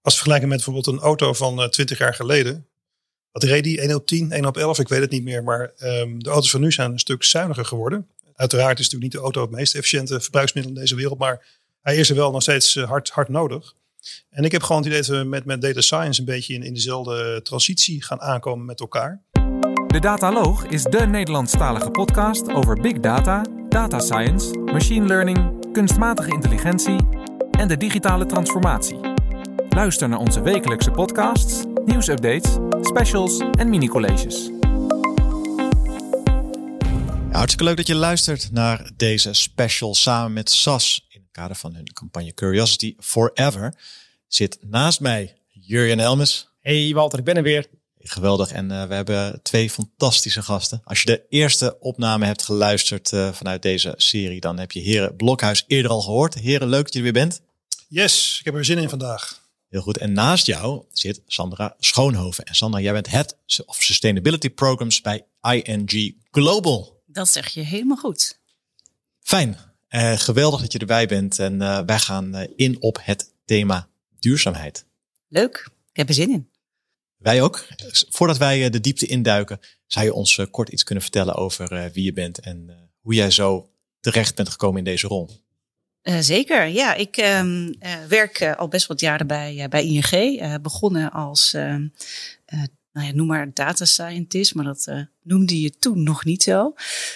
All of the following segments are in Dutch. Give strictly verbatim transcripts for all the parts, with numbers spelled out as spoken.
Als vergelijken met bijvoorbeeld een auto van uh, twintig jaar geleden. Wat reed die? één op tien, één op elf, ik weet het niet meer. Maar um, de auto's van nu zijn een stuk zuiniger geworden. Uiteraard is natuurlijk niet de auto het meest efficiënte verbruiksmiddel in deze wereld. Maar hij is er wel nog steeds uh, hard, hard nodig. En ik heb gewoon het idee dat we met, met data science een beetje in, in dezelfde transitie gaan aankomen met elkaar. De Dataloog is de Nederlandstalige podcast over big data, data science, machine learning, kunstmatige intelligentie en de digitale transformatie. Luister naar onze wekelijkse podcasts, nieuwsupdates, specials en mini-colleges. Ja, hartstikke leuk dat je luistert naar deze special samen met S A S. In het kader van hun campagne Curiosity Forever zit naast mij Jurjen Elmes. Hey Walter, ik ben er weer. Geweldig. En uh, we hebben twee fantastische gasten. Als je de eerste opname hebt geluisterd uh, vanuit deze serie, dan heb je Heren Blokhuis eerder al gehoord. Heren, leuk dat je er weer bent. Yes, ik heb er zin in vandaag. Heel goed. En naast jou zit Sandra Schoonhoven. En Sandra, jij bent Head of Sustainability Programs bij I N G Global. Dat zeg je helemaal goed. Fijn. Uh, geweldig dat je erbij bent. En uh, wij gaan uh, in op het thema duurzaamheid. Leuk. Ik heb er zin in. Wij ook. Voordat wij uh, de diepte induiken, zou je ons uh, kort iets kunnen vertellen over uh, wie je bent en uh, hoe jij zo terecht bent gekomen in deze rol. Uh, zeker, ja. Ik uh, uh, werk uh, al best wat jaren bij, uh, bij I N G. Uh, begonnen als, uh, uh, nou ja, noem maar data scientist, maar dat uh, noemde je toen nog niet zo.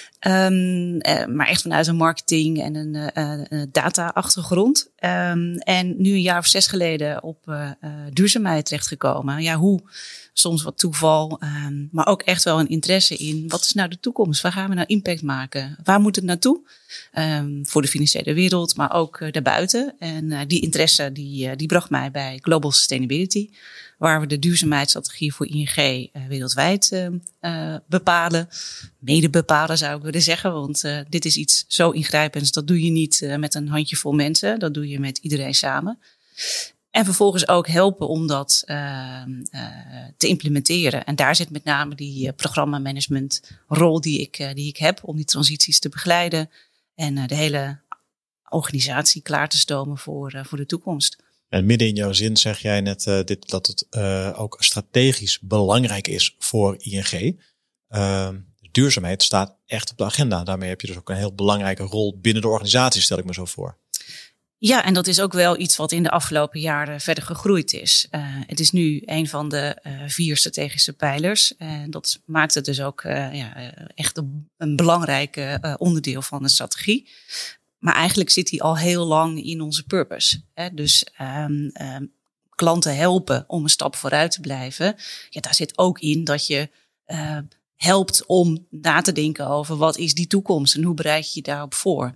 Um, uh, maar echt vanuit een marketing en een uh, uh, data-achtergrond. Um, en nu een jaar of zes geleden op uh, uh, duurzaamheid terechtgekomen. Ja, hoe? Soms wat toeval, um, maar ook echt wel een interesse in wat is nou de toekomst? Waar gaan we nou impact maken? Waar moet het naartoe? Um, voor de financiële wereld, maar ook uh, daarbuiten. En uh, die interesse die, uh, die bracht mij bij Global Sustainability, waar we de duurzaamheidsstrategie voor I N G uh, wereldwijd uh, uh, bepalen. Mede bepalen zou ik willen zeggen, want uh, dit is iets zo ingrijpends. Dat doe je niet uh, met een handjevol mensen, dat doe je met iedereen samen. En vervolgens ook helpen om dat uh, uh, te implementeren. En daar zit met name die uh, programmamanagementrol die ik, uh, die ik heb om die transities te begeleiden. En uh, de hele organisatie klaar te stomen voor, uh, voor de toekomst. En midden in jouw zin zeg jij net uh, dit, dat het uh, ook strategisch belangrijk is voor I N G. Uh, duurzaamheid staat echt op de agenda. Daarmee heb je dus ook een heel belangrijke rol binnen de organisatie, stel ik me zo voor. Ja, en dat is ook wel iets wat in de afgelopen jaren verder gegroeid is. Uh, het is nu een van de uh, vier strategische pijlers. En dat maakt het dus ook uh, ja, echt een, een belangrijk uh, onderdeel van de strategie. Maar eigenlijk zit die al heel lang in onze purpose. Hè? Dus um, um, klanten helpen om een stap vooruit te blijven. Ja, daar zit ook in dat je uh, helpt om na te denken over wat is die toekomst en hoe bereid je je daarop voor.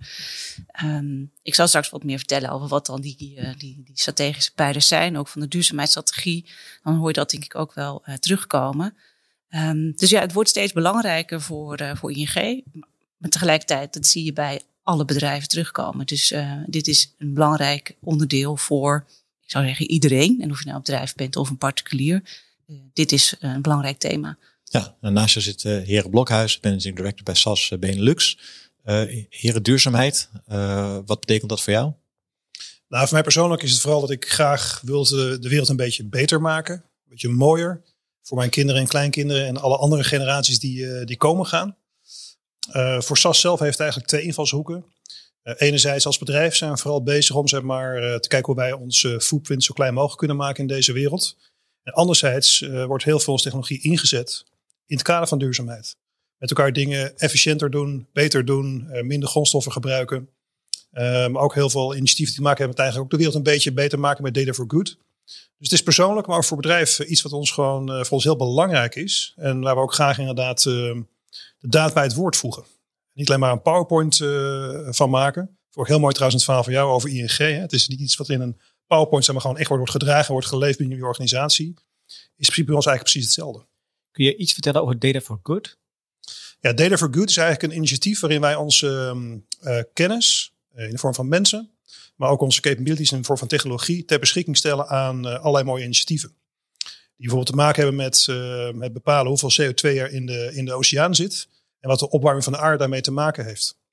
Um, ik zal straks wat meer vertellen over wat dan die, uh, die, die strategische pijlers zijn, ook van de duurzaamheidsstrategie. Dan hoor je dat denk ik ook wel uh, terugkomen. Um, dus ja, het wordt steeds belangrijker voor, uh, voor I N G. Maar tegelijkertijd, dat zie je bij alle bedrijven terugkomen. Dus uh, dit is een belangrijk onderdeel voor, ik zou zeggen, iedereen. En of je nou een bedrijf bent of een particulier. Uh, dit is een belangrijk thema. Ja, en naast je zit uh, Heren Blokhuis, Managing Director bij S A S Benelux. Uh, Heren duurzaamheid, uh, wat betekent dat voor jou? Nou, voor mij persoonlijk is het vooral dat ik graag wil de, de wereld een beetje beter maken. Een beetje mooier. Voor mijn kinderen en kleinkinderen en alle andere generaties die, uh, die komen gaan. Uh, voor S A S zelf heeft eigenlijk twee invalshoeken. Uh, enerzijds als bedrijf zijn we vooral bezig om zeg maar, uh, te kijken hoe wij onze footprint zo klein mogelijk kunnen maken in deze wereld. En anderzijds uh, wordt heel veel technologie ingezet in het kader van duurzaamheid. Met elkaar dingen efficiënter doen, beter doen, uh, minder grondstoffen gebruiken. Uh, maar ook heel veel initiatieven die maken hebben met eigenlijk ook de wereld een beetje beter maken met data for good. Dus het is persoonlijk, maar ook voor bedrijf iets wat ons gewoon uh, voor ons heel belangrijk is. En waar we ook graag inderdaad uh, de daad bij het woord voegen. Niet alleen maar een PowerPoint uh, van maken. Voor heel mooi trouwens het verhaal van jou over I N G. Hè. Het is niet iets wat in een PowerPoint zeg maar, gewoon echt wordt gedragen, wordt geleefd binnen je organisatie. Is in principe bij ons eigenlijk precies hetzelfde. Kun je iets vertellen over Data for Good? Ja, Data for Good is eigenlijk een initiatief waarin wij onze uh, kennis uh, in de vorm van mensen, maar ook onze capabilities in de vorm van technologie ter beschikking stellen aan uh, allerlei mooie initiatieven. Die bijvoorbeeld te maken hebben met, uh, met bepalen hoeveel C O twee er in de, in de oceaan zit en wat de opwarming van de aarde daarmee te maken heeft.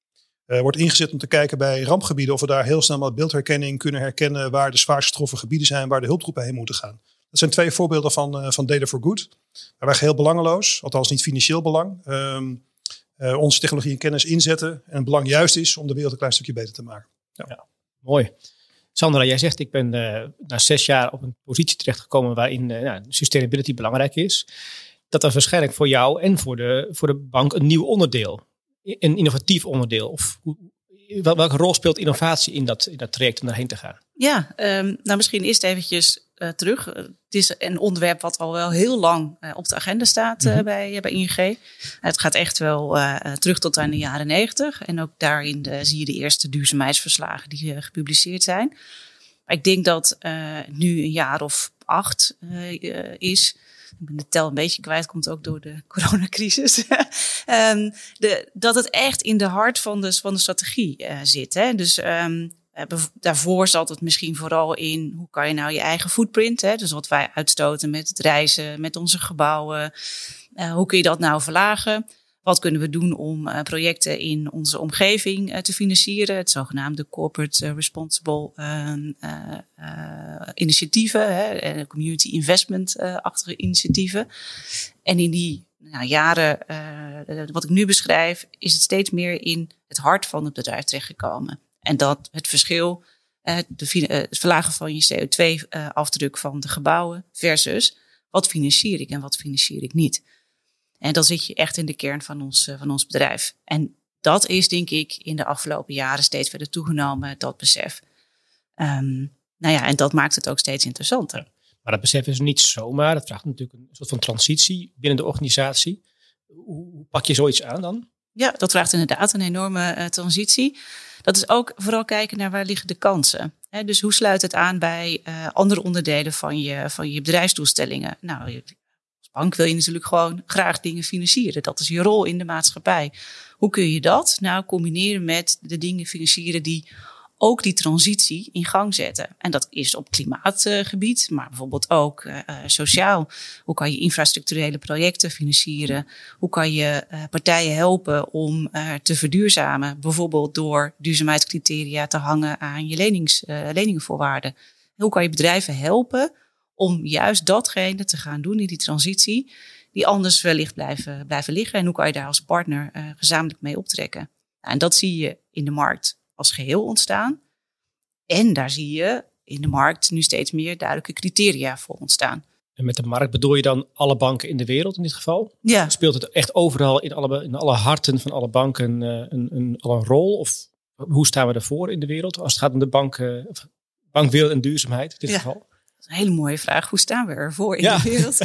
Uh, wordt ingezet om te kijken bij rampgebieden of we daar heel snel met beeldherkenning kunnen herkennen waar de zwaarst getroffen gebieden zijn, waar de hulptroepen heen moeten gaan. Dat zijn twee voorbeelden van, uh, van Data for Good. Waar wij geheel belangeloos, althans niet financieel belang, um, uh, onze technologie en kennis inzetten. En het belang juist is om de wereld een klein stukje beter te maken. Ja. Ja, mooi. Sandra, jij zegt ik ben uh, na zes jaar op een positie terechtgekomen waarin uh, nou, sustainability belangrijk is. Dat is waarschijnlijk voor jou en voor de, voor de bank een nieuw onderdeel. Een innovatief onderdeel. Of wel, welke rol speelt innovatie in dat, in dat traject om daarheen te gaan? Ja, um, nou misschien eerst eventjes uh, terug. Uh, het is een onderwerp wat al wel heel lang uh, op de agenda staat uh, mm-hmm. bij, uh, bij I N G. Uh, het gaat echt wel uh, terug tot aan de jaren negentig. En ook daarin uh, zie je de eerste duurzaamheidsverslagen die uh, gepubliceerd zijn. Maar ik denk dat uh, nu een jaar of acht uh, uh, is. Ik ben de tel een beetje kwijt, komt ook door de coronacrisis. um, de, dat het echt in de hart van de, van de strategie uh, zit. Hè? Dus um, daarvoor zat het misschien vooral in hoe kan je nou je eigen footprint, hè? Dus wat wij uitstoten met het reizen, met onze gebouwen. Uh, hoe kun je dat nou verlagen? Wat kunnen we doen om uh, projecten in onze omgeving uh, te financieren? Het zogenaamde corporate uh, responsible uh, uh, uh, initiatieven, hè, community investment-achtige uh, initiatieven. En in die nou, jaren, uh, wat ik nu beschrijf, is het steeds meer in het hart van het bedrijf terechtgekomen. En dat het verschil, uh, de, uh, het verlagen van je C O twee afdruk van de gebouwen versus wat financier ik en wat financier ik niet. En dan zit je echt in de kern van ons, van ons bedrijf. En dat is, denk ik, in de afgelopen jaren steeds verder toegenomen, dat besef. Um, nou ja, en dat maakt het ook steeds interessanter. Ja, maar dat besef is niet zomaar. Dat vraagt natuurlijk een soort van transitie binnen de organisatie. Hoe, hoe pak je zoiets aan dan? Ja, dat vraagt inderdaad een enorme uh, transitie. Dat is ook vooral kijken naar waar liggen de kansen. He, dus hoe sluit het aan bij uh, andere onderdelen van je, van je bedrijfsdoelstellingen? Nou, je, bank wil je natuurlijk gewoon graag dingen financieren. Dat is je rol in de maatschappij. Hoe kun je dat nou combineren met de dingen financieren die ook die transitie in gang zetten? En dat is op klimaatgebied, maar bijvoorbeeld ook uh, sociaal. Hoe kan je infrastructurele projecten financieren? Hoe kan je uh, partijen helpen om uh, te verduurzamen? Bijvoorbeeld door duurzaamheidscriteria te hangen aan je lenings, uh, leningenvoorwaarden. Hoe kan je bedrijven helpen om juist datgene te gaan doen in die transitie die anders wellicht blijven, blijven liggen? En hoe kan je daar als partner uh, gezamenlijk mee optrekken? Nou, en dat zie je in de markt als geheel ontstaan. En daar zie je in de markt nu steeds meer duidelijke criteria voor ontstaan. En met de markt bedoel je dan alle banken in de wereld in dit geval? Ja. Speelt het echt overal in alle, in alle harten van alle banken uh, een, een, al een rol? Of hoe staan we ervoor in de wereld als het gaat om de banken, bankwereld en duurzaamheid in dit ja. geval? Dat is een hele mooie vraag. Hoe staan we ervoor in ja. de wereld?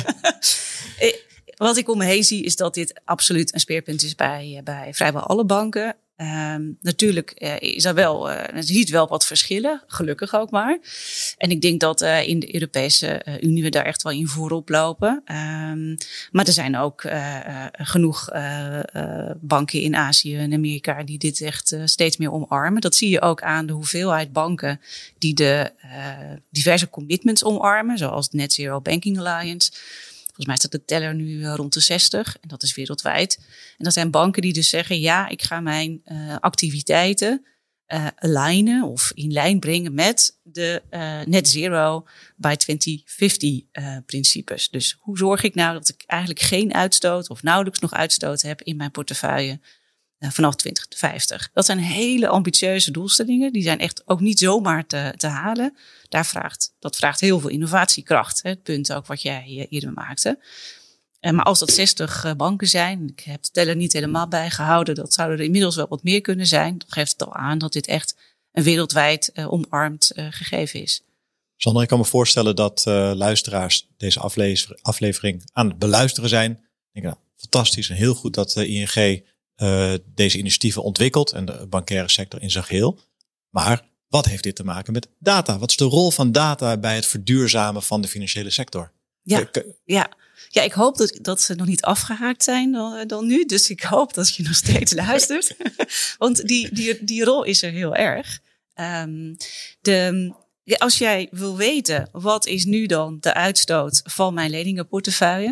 Wat ik om me heen zie is dat dit absoluut een speerpunt is bij, bij vrijwel alle banken. Um, natuurlijk uh, is er wel, uh, je ziet wel wat verschillen, gelukkig ook maar. En ik denk dat uh, in de Europese uh, Unie we daar echt wel in voorop lopen. Um, maar er zijn ook uh, uh, genoeg uh, uh, banken in Azië en Amerika die dit echt uh, steeds meer omarmen. Dat zie je ook aan de hoeveelheid banken die de uh, diverse commitments omarmen, zoals de Net Zero Banking Alliance. Volgens mij staat de teller nu rond de zestig en dat is wereldwijd. En dat zijn banken die dus zeggen, ja, ik ga mijn uh, activiteiten uh, alignen of in lijn brengen met de uh, net zero by twintig vijftig uh, principes. Dus hoe zorg ik nou dat ik eigenlijk geen uitstoot of nauwelijks nog uitstoot heb in mijn portefeuille uh, vanaf twintig vijftig. Dat zijn hele ambitieuze doelstellingen. Die zijn echt ook niet zomaar te, te halen. Daar vraagt, dat vraagt heel veel innovatiekracht. Hè, het punt ook wat jij eerder maakte. Uh, maar als dat zestig banken zijn, ik heb de teller niet helemaal bijgehouden, dat zouden er inmiddels wel wat meer kunnen zijn. Dan geeft het al aan dat dit echt een wereldwijd uh, omarmd uh, gegeven is. Sander, ik kan me voorstellen dat uh, luisteraars deze aflever- aflevering aan het beluisteren zijn. Ik denk, nou, fantastisch en heel goed dat de I N G uh, deze initiatieven ontwikkelt en de bankaire sector in zijn geheel. Maar wat heeft dit te maken met data? Wat is de rol van data bij het verduurzamen van de financiële sector? Ja, K- ja. ja ik hoop dat, dat ze nog niet afgehaakt zijn dan, dan nu. Dus ik hoop dat je nog steeds luistert. Want die, die, die rol is er heel erg. Um, de, als jij wil weten, wat is nu dan de uitstoot van mijn leningenportefeuille?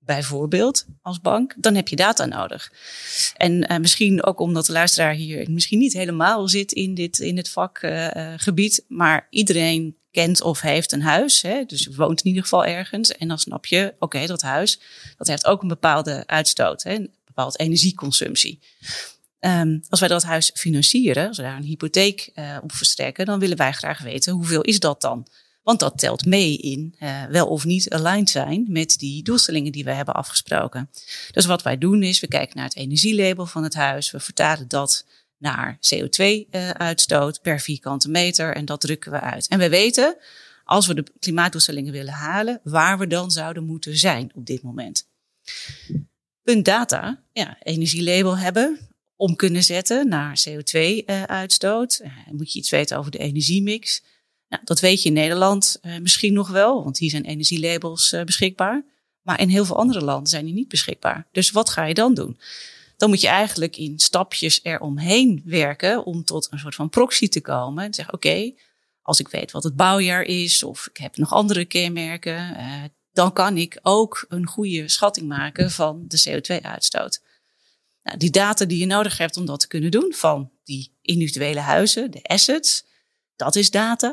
bijvoorbeeld als bank, dan heb je data nodig. En uh, misschien ook omdat de luisteraar hier misschien niet helemaal zit in dit, in dit vakgebied, uh, maar iedereen kent of heeft een huis. Hè? Dus je woont in ieder geval ergens. En dan snap je, oké, okay, dat huis, dat heeft ook een bepaalde uitstoot, hè? Een bepaalde energieconsumptie. Um, als wij dat huis financieren, als we daar een hypotheek uh, op verstrekken, dan willen wij graag weten hoeveel is dat dan? Want dat telt mee in uh, wel of niet aligned zijn met die doelstellingen die we hebben afgesproken. Dus wat wij doen is, we kijken naar het energielabel van het huis. We vertalen dat naar C O twee uitstoot uh, per vierkante meter en dat drukken we uit. En we weten, als we de klimaatdoelstellingen willen halen, waar we dan zouden moeten zijn op dit moment. Punt data, ja, energielabel hebben, om kunnen zetten naar C O twee uitstoot. Uh, moet je iets weten over de energiemix. Nou, dat weet je in Nederland uh, misschien nog wel, want hier zijn energielabels uh, beschikbaar. Maar in heel veel andere landen zijn die niet beschikbaar. Dus wat ga je dan doen? Dan moet je eigenlijk in stapjes eromheen werken om tot een soort van proxy te komen. En zeggen, oké, okay, als ik weet wat het bouwjaar is of ik heb nog andere kenmerken, uh, dan kan ik ook een goede schatting maken van de C O twee uitstoot. Nou, die data die je nodig hebt om dat te kunnen doen van die individuele huizen, de assets, dat is data.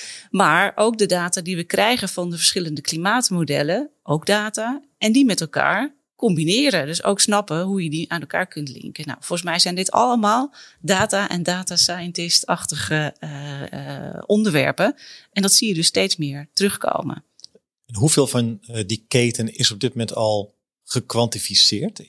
Maar ook de data die we krijgen van de verschillende klimaatmodellen, ook data. En die met elkaar combineren. Dus ook snappen hoe je die aan elkaar kunt linken. Nou, volgens mij zijn dit allemaal data en data scientist-achtige uh, uh, onderwerpen. En dat zie je dus steeds meer terugkomen. En hoeveel van uh, die keten is op dit moment al gekwantificeerd?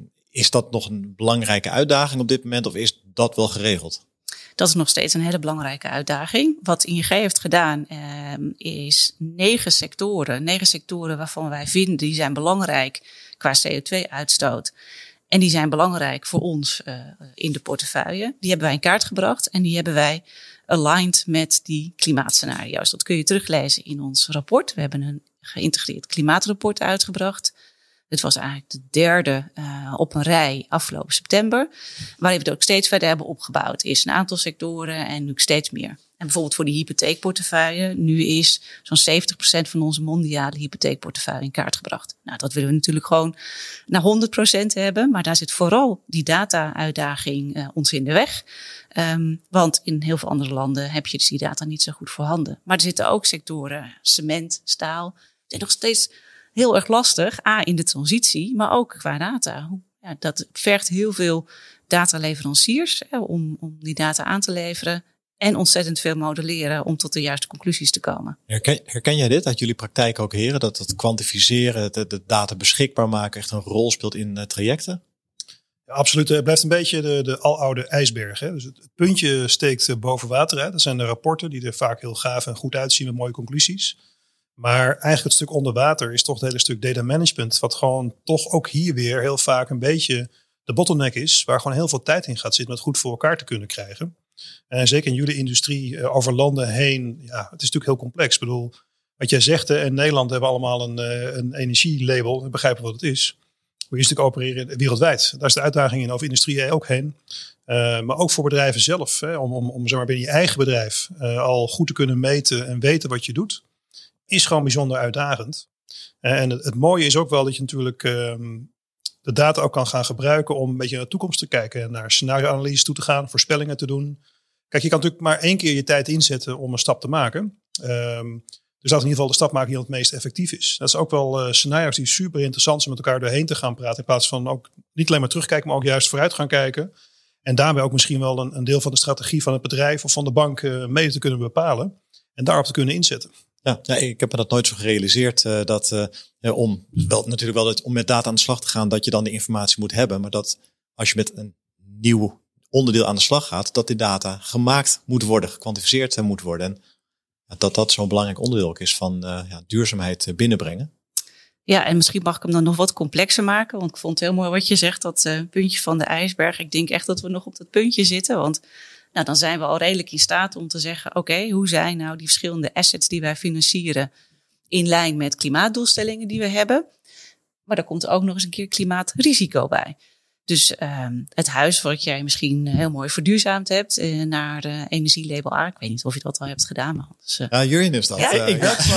Is dat nog een belangrijke uitdaging op dit moment of is dat wel geregeld? Dat is nog steeds een hele belangrijke uitdaging. Wat I N G heeft gedaan eh, is negen sectoren. Negen sectoren waarvan wij vinden die zijn belangrijk qua C O twee uitstoot. En die zijn belangrijk voor ons uh, in de portefeuille. Die hebben wij in kaart gebracht en die hebben wij aligned met die klimaatscenario's. Dat kun je teruglezen in ons rapport. We hebben een geïntegreerd klimaatrapport uitgebracht. Dit was eigenlijk de derde uh, op een rij afgelopen september. Waarin we het ook steeds verder hebben opgebouwd. Eerst een aantal sectoren en nu steeds meer. En bijvoorbeeld voor die hypotheekportefeuille. Nu is zo'n zeventig procent van onze mondiale hypotheekportefeuille in kaart gebracht. Nou, dat willen we natuurlijk gewoon naar honderd procent hebben. Maar daar zit vooral die data-uitdaging uh, ons in de weg. Um, want in heel veel andere landen heb je dus die data niet zo goed voorhanden. Maar er zitten ook sectoren, cement, staal. zijn nog steeds heel erg lastig. A, in de transitie, maar ook qua data. Ja, dat vergt heel veel dataleveranciers hè, om, om die data aan te leveren. En ontzettend veel modelleren om tot de juiste conclusies te komen. Herken, herken jij dit uit jullie praktijk ook, heren? Dat het kwantificeren, de, de data beschikbaar maken echt een rol speelt in uh, trajecten? Ja, absoluut. Het blijft een beetje de, de aloude ijsberg. Hè? Dus het, het puntje steekt boven water uit. Dat zijn de rapporten die er vaak heel gaaf en goed uitzien met mooie conclusies. Maar eigenlijk het stuk onder water is toch het hele stuk data management. Wat gewoon toch ook hier weer heel vaak een beetje de bottleneck is. Waar gewoon heel veel tijd in gaat zitten om het goed voor elkaar te kunnen krijgen. En zeker in jullie industrie over landen heen. Ja, het is natuurlijk heel complex. Ik bedoel, wat jij zegt, in Nederland hebben we allemaal een, een energielabel. We begrijpen wat het is. Hoe je natuurlijk opereren wereldwijd. Daar is de uitdaging in over industrie ook heen. Uh, maar ook voor bedrijven zelf. Hè, om, om, om zeg maar, binnen je eigen bedrijf uh, al goed te kunnen meten en weten wat je doet. Is gewoon bijzonder uitdagend. Uh, en het, het mooie is ook wel dat je natuurlijk um, de data ook kan gaan gebruiken om een beetje naar de toekomst te kijken. En naar scenario-analyse toe te gaan, voorspellingen te doen. Kijk, je kan natuurlijk maar één keer je tijd inzetten om een stap te maken. Um, dus dat in ieder geval de stap maken die het meest effectief is. Dat is ook wel uh, scenario's die super interessant zijn met elkaar doorheen te gaan praten. In plaats van ook niet alleen maar terugkijken, maar ook juist vooruit gaan kijken. En daarbij ook misschien wel een, een deel van de strategie van het bedrijf of van de bank uh, mede te kunnen bepalen. En daarop te kunnen inzetten. Ja, ja, ik heb me dat nooit zo gerealiseerd uh, dat uh, ja, om wel natuurlijk wel dat, om met data aan de slag te gaan, dat je dan de informatie moet hebben. Maar dat als je met een nieuw onderdeel aan de slag gaat, dat die data gemaakt moet worden, gekwantificeerd moet worden. En dat dat zo'n belangrijk onderdeel ook is van uh, ja, duurzaamheid binnenbrengen. Ja, en misschien mag ik hem dan nog wat complexer maken. Want ik vond het heel mooi wat je zegt, dat uh, puntje van de ijsberg. Ik denk echt dat we nog op dat puntje zitten. Want nou, dan zijn we al redelijk in staat om te zeggen, oké, okay, hoe zijn nou die verschillende assets die wij financieren in lijn met klimaatdoelstellingen die we hebben. Maar daar komt er ook nog eens een keer klimaatrisico bij. Dus uh, het huis wat jij misschien heel mooi verduurzaamd hebt uh, naar uh, energielabel A. Ik weet niet of je dat al hebt gedaan. Maar dus, uh... Ja, Jurjen is dat. Ja, uh, ik dacht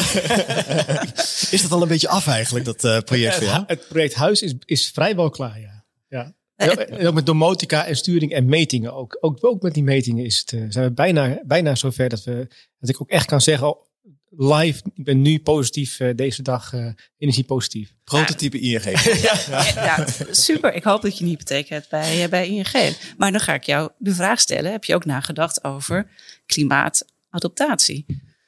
is dat al een beetje af eigenlijk, dat uh, project voor jou? Het, het project Huis is, is vrijwel klaar, ja. ja. En ook met domotica en sturing en metingen ook. Ook, ook met die metingen is het, uh, zijn we bijna, bijna zover dat, we, dat ik ook echt kan zeggen... Oh, live, ik ben nu positief uh, deze dag uh, energiepositief. Prototype I N G. ja, ja, ja, super. Ik hoop dat je niet betekent bij, bij I N G. Maar dan ga ik jou de vraag stellen. Heb je ook nagedacht over klimaatadaptatie?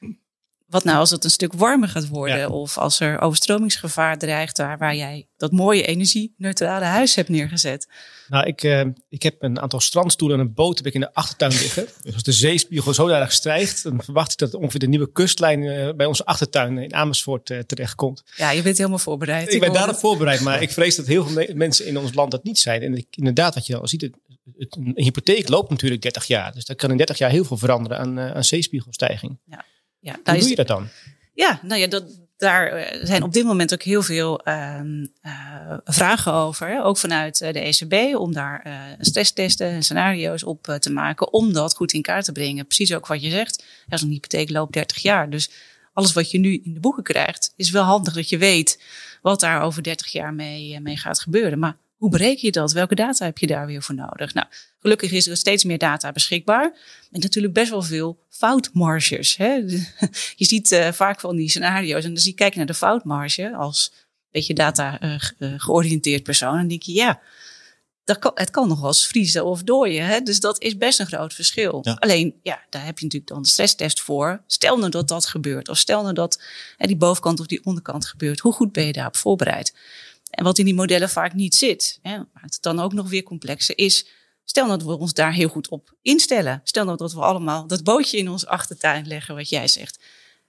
Wat nou als het een stuk warmer gaat worden? Ja. Of als er overstromingsgevaar dreigt daar waar jij dat mooie energie-neutrale huis hebt neergezet? Nou, ik, uh, ik heb een aantal strandstoelen en een boot heb ik in de achtertuin liggen. Dus als de zeespiegel zodanig stijgt, dan verwacht ik dat ongeveer de nieuwe kustlijn uh, bij onze achtertuin in Amersfoort uh, terechtkomt. Ja, je bent helemaal voorbereid. Ik, ik ben daarop voorbereid, maar ik vrees dat heel veel me- mensen in ons land dat niet zijn. En ik, inderdaad, wat je al ziet, het, het, een hypotheek loopt natuurlijk dertig jaar. Dus daar kan in dertig jaar heel veel veranderen aan, uh, aan zeespiegelstijging. Ja. Ja, Hoe doe je dat dan? Ja, nou ja, dat, daar zijn op dit moment ook heel veel uh, uh, vragen over. Hè? Ook vanuit de E C B om daar uh, stresstesten en scenario's op uh, te maken. Om dat goed in kaart te brengen. Precies ook wat je zegt. Ja, zo'n hypotheek loopt dertig jaar. Dus alles wat je nu in de boeken krijgt, is wel handig dat je weet wat daar over dertig jaar mee, uh, mee gaat gebeuren. Maar hoe bereken je dat? Welke data heb je daar weer voor nodig? Nou, gelukkig is er steeds meer data beschikbaar. En natuurlijk best wel veel foutmarges. Hè? Je ziet uh, vaak van die scenario's. En dan zie je kijken naar de foutmarge als een beetje data uh, georiënteerd persoon. En denk je, ja, dat kan, het kan nog wel eens vriezen of dooien. Hè? Dus dat is best een groot verschil. Ja. Alleen, ja, daar heb je natuurlijk dan de stresstest voor. Stel nou dat dat gebeurt. Of stel nou dat hè, die bovenkant of die onderkant gebeurt. Hoe goed ben je daarop voorbereid? En wat in die modellen vaak niet zit, hè, maakt het dan ook nog weer complexer, is stel nou dat we ons daar heel goed op instellen. Stel nou dat we allemaal dat bootje in onze achtertuin leggen, wat jij zegt.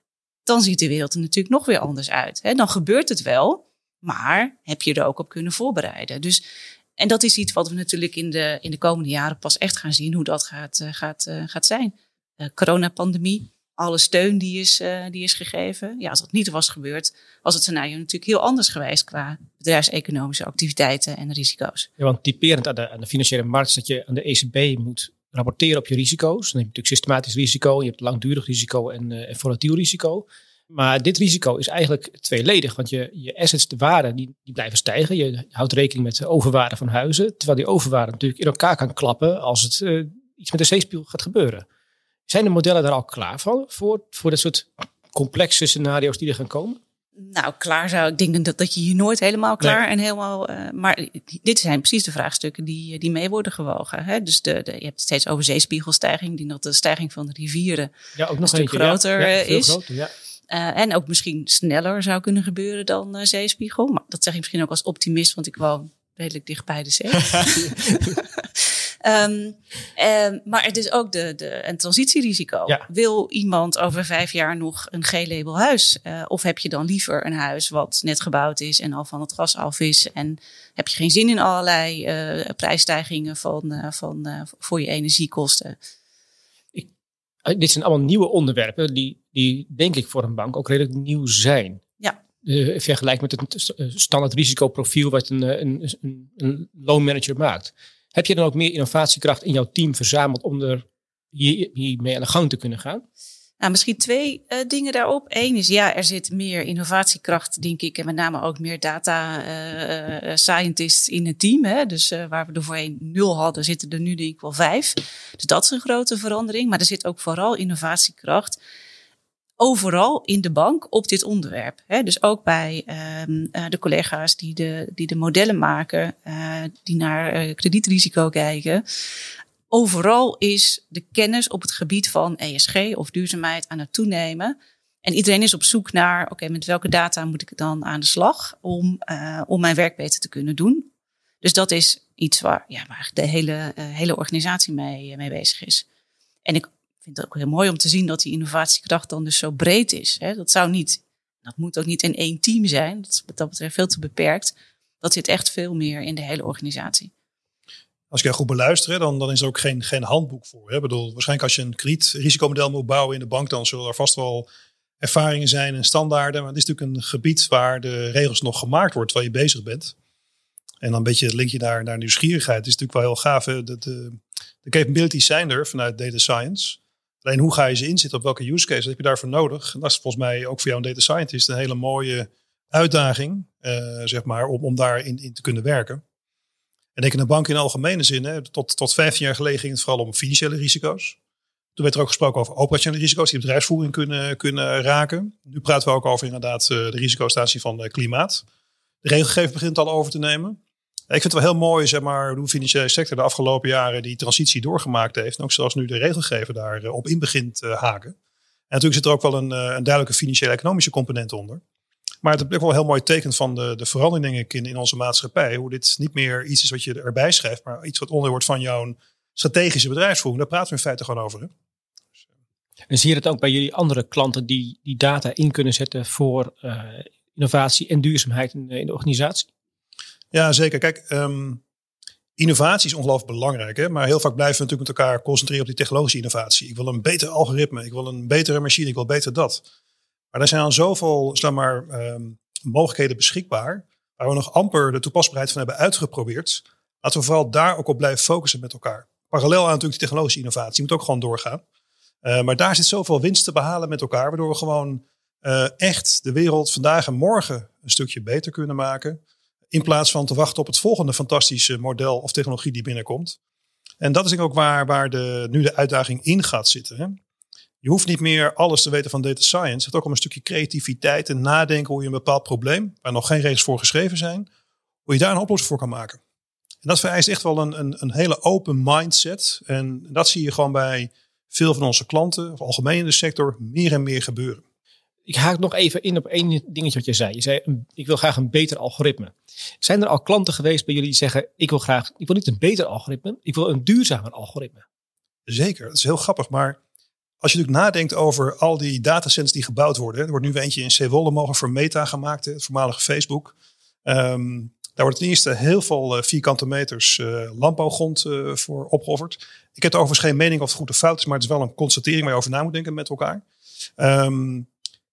Dan ziet de wereld er natuurlijk nog weer anders uit. Hè. Dan gebeurt het wel, maar heb je er ook op kunnen voorbereiden. Dus, en dat is iets wat we natuurlijk in de, in de komende jaren pas echt gaan zien, hoe dat gaat, uh, gaat, uh, gaat zijn. De coronapandemie. Alle steun die is, uh, die is gegeven. Ja, als dat niet was gebeurd, was het scenario natuurlijk heel anders geweest qua bedrijfseconomische activiteiten en risico's. Ja, want typerend aan de, aan de financiële markt is dat je aan de E C B moet rapporteren op je risico's. Dan heb je natuurlijk systematisch risico, je hebt langdurig risico en, uh, en volatiel risico. Maar dit risico is eigenlijk tweeledig, want je, je assets, de waarden, die, die blijven stijgen. Je houdt rekening met de overwaarde van huizen, terwijl die overwaarde natuurlijk in elkaar kan klappen als het uh, iets met de zeespiegel gaat gebeuren. Zijn de modellen daar al klaar voor, voor, voor dat soort complexe scenario's die er gaan komen? Nou, klaar zou ik denken dat, dat je hier nooit helemaal klaar nee. en helemaal... Uh, maar dit zijn precies de vraagstukken die, die mee worden gewogen. Hè? Dus de, de, je hebt het steeds over zeespiegelstijging. Ik denk dat de stijging van de rivieren ja, ook nog een stuk groter ja, ja, is. Groter, ja. Uh, en ook misschien sneller zou kunnen gebeuren dan uh, zeespiegel. Maar dat zeg ik misschien ook als optimist, want ik woon redelijk dicht bij de zee. Um, um, maar het is ook de, de, een transitierisico. Ja. Wil iemand over vijf jaar nog een G-label huis? Uh, of heb je dan liever een huis wat net gebouwd is en al van het gas af is? En heb je geen zin in allerlei uh, prijsstijgingen van, uh, van, uh, voor je energiekosten? Ik, uh, dit zijn allemaal nieuwe onderwerpen die, die denk ik voor een bank ook redelijk nieuw zijn. Ja. Uh, vergelijk met het standaard risicoprofiel wat een, een, een, een loonmanager maakt. Heb je dan ook meer innovatiekracht in jouw team verzameld om er hier, hiermee aan de gang te kunnen gaan? Nou, misschien twee uh, dingen daarop. Eén is, ja, er zit meer innovatiekracht, denk ik. En met name ook meer data uh, scientists in het team. Hè? Dus uh, waar we er voorheen nul hadden, zitten er nu denk ik wel vijf. Dus dat is een grote verandering. Maar er zit ook vooral innovatiekracht overal in de bank op dit onderwerp. Hè? Dus ook bij um, uh, de collega's die de, die de modellen maken, uh, die naar uh, kredietrisico kijken. Overal is de kennis op het gebied van E S G of duurzaamheid aan het toenemen. En iedereen is op zoek naar, oké, okay, met welke data moet ik dan aan de slag om, uh, om mijn werk beter te kunnen doen. Dus dat is iets waar, ja, waar de hele, uh, hele organisatie mee, uh, mee bezig is. En ik Ik vind het ook heel mooi om te zien dat die innovatiekracht dan dus zo breed is. Hè. Dat zou niet, dat moet ook niet in één team zijn. Dat is wat dat betreft veel te beperkt. Dat zit echt veel meer in de hele organisatie. Als ik jou goed beluister, dan, dan is er ook geen, geen handboek voor. Hè. Ik bedoel, waarschijnlijk als je een kredietrisikomodel moet bouwen in de bank, dan zullen er vast wel ervaringen zijn en standaarden. Maar het is natuurlijk een gebied waar de regels nog gemaakt worden terwijl je bezig bent. En dan een beetje het linkje naar, naar nieuwsgierigheid. Het is natuurlijk wel heel gaaf. Hè? De, de, de capabilities zijn er vanuit data science. Alleen hoe ga je ze inzetten? Op welke use case? Wat heb je daarvoor nodig? En dat is volgens mij ook voor jou een data scientist een hele mooie uitdaging. Uh, zeg maar, om, om daarin in te kunnen werken. En denk in een bank in algemene zin. Hè, tot, tot vijftien jaar geleden ging het vooral om financiële risico's. Toen werd er ook gesproken over operationele risico's die bedrijfsvoering kunnen, kunnen raken. Nu praten we ook over inderdaad de risico's ten aanzien van klimaat. De regelgeving begint al over te nemen. Ik vind het wel heel mooi, zeg maar, hoe de financiële sector de afgelopen jaren die transitie doorgemaakt heeft. En ook zelfs nu de regelgever daarop in begint te haken. En natuurlijk zit er ook wel een, een duidelijke financiële economische component onder. Maar het is ook wel een heel mooi teken van de, de verandering, denk ik, in, in onze maatschappij. Hoe dit niet meer iets is wat je erbij schrijft, maar iets wat onderdeel wordt van jouw strategische bedrijfsvoering. Daar praten we in feite gewoon over. Hè? En zie je het ook bij jullie andere klanten die, die data in kunnen zetten voor uh, innovatie en duurzaamheid in, in de organisatie? Ja, zeker. Kijk, um, innovatie is ongelooflijk belangrijk. Hè? Maar heel vaak blijven we natuurlijk met elkaar concentreren op die technologische innovatie. Ik wil een beter algoritme, ik wil een betere machine, ik wil beter dat. Maar er zijn al zoveel zeg maar, um, mogelijkheden beschikbaar, waar we nog amper de toepasbaarheid van hebben uitgeprobeerd. Laten we vooral daar ook op blijven focussen met elkaar. Parallel aan natuurlijk die technologische innovatie moet ook gewoon doorgaan. Uh, maar daar zit zoveel winst te behalen met elkaar, waardoor we gewoon uh, echt de wereld vandaag en morgen een stukje beter kunnen maken. In plaats van te wachten op het volgende fantastische model of technologie die binnenkomt. En dat is denk ik ook waar, waar de, nu de uitdaging in gaat zitten. Hè? Je hoeft niet meer alles te weten van data science. Het gaat ook om een stukje creativiteit en nadenken hoe je een bepaald probleem, waar nog geen regels voor geschreven zijn, hoe je daar een oplossing voor kan maken. En dat vereist echt wel een, een, een hele open mindset. En dat zie je gewoon bij veel van onze klanten, of algemeen in de sector, meer en meer gebeuren. Ik haak nog even in op één dingetje wat je zei. Je zei, ik wil graag een beter algoritme. Zijn er al klanten geweest bij jullie die zeggen, ik wil graag, ik wil niet een beter algoritme, ik wil een duurzamer algoritme? Zeker, dat is heel grappig. Maar als je natuurlijk nadenkt over al die datacenters die gebouwd worden. Er wordt nu eentje in Zeewolde mogelijk voor Meta gemaakt, het voormalige Facebook. Um, daar wordt ten eerste heel veel vierkante meters uh, landbouwgrond uh, voor opgeofferd. Ik heb er overigens geen mening of het goed of fout is, maar het is wel een constatering waar je over na moet denken met elkaar. Um,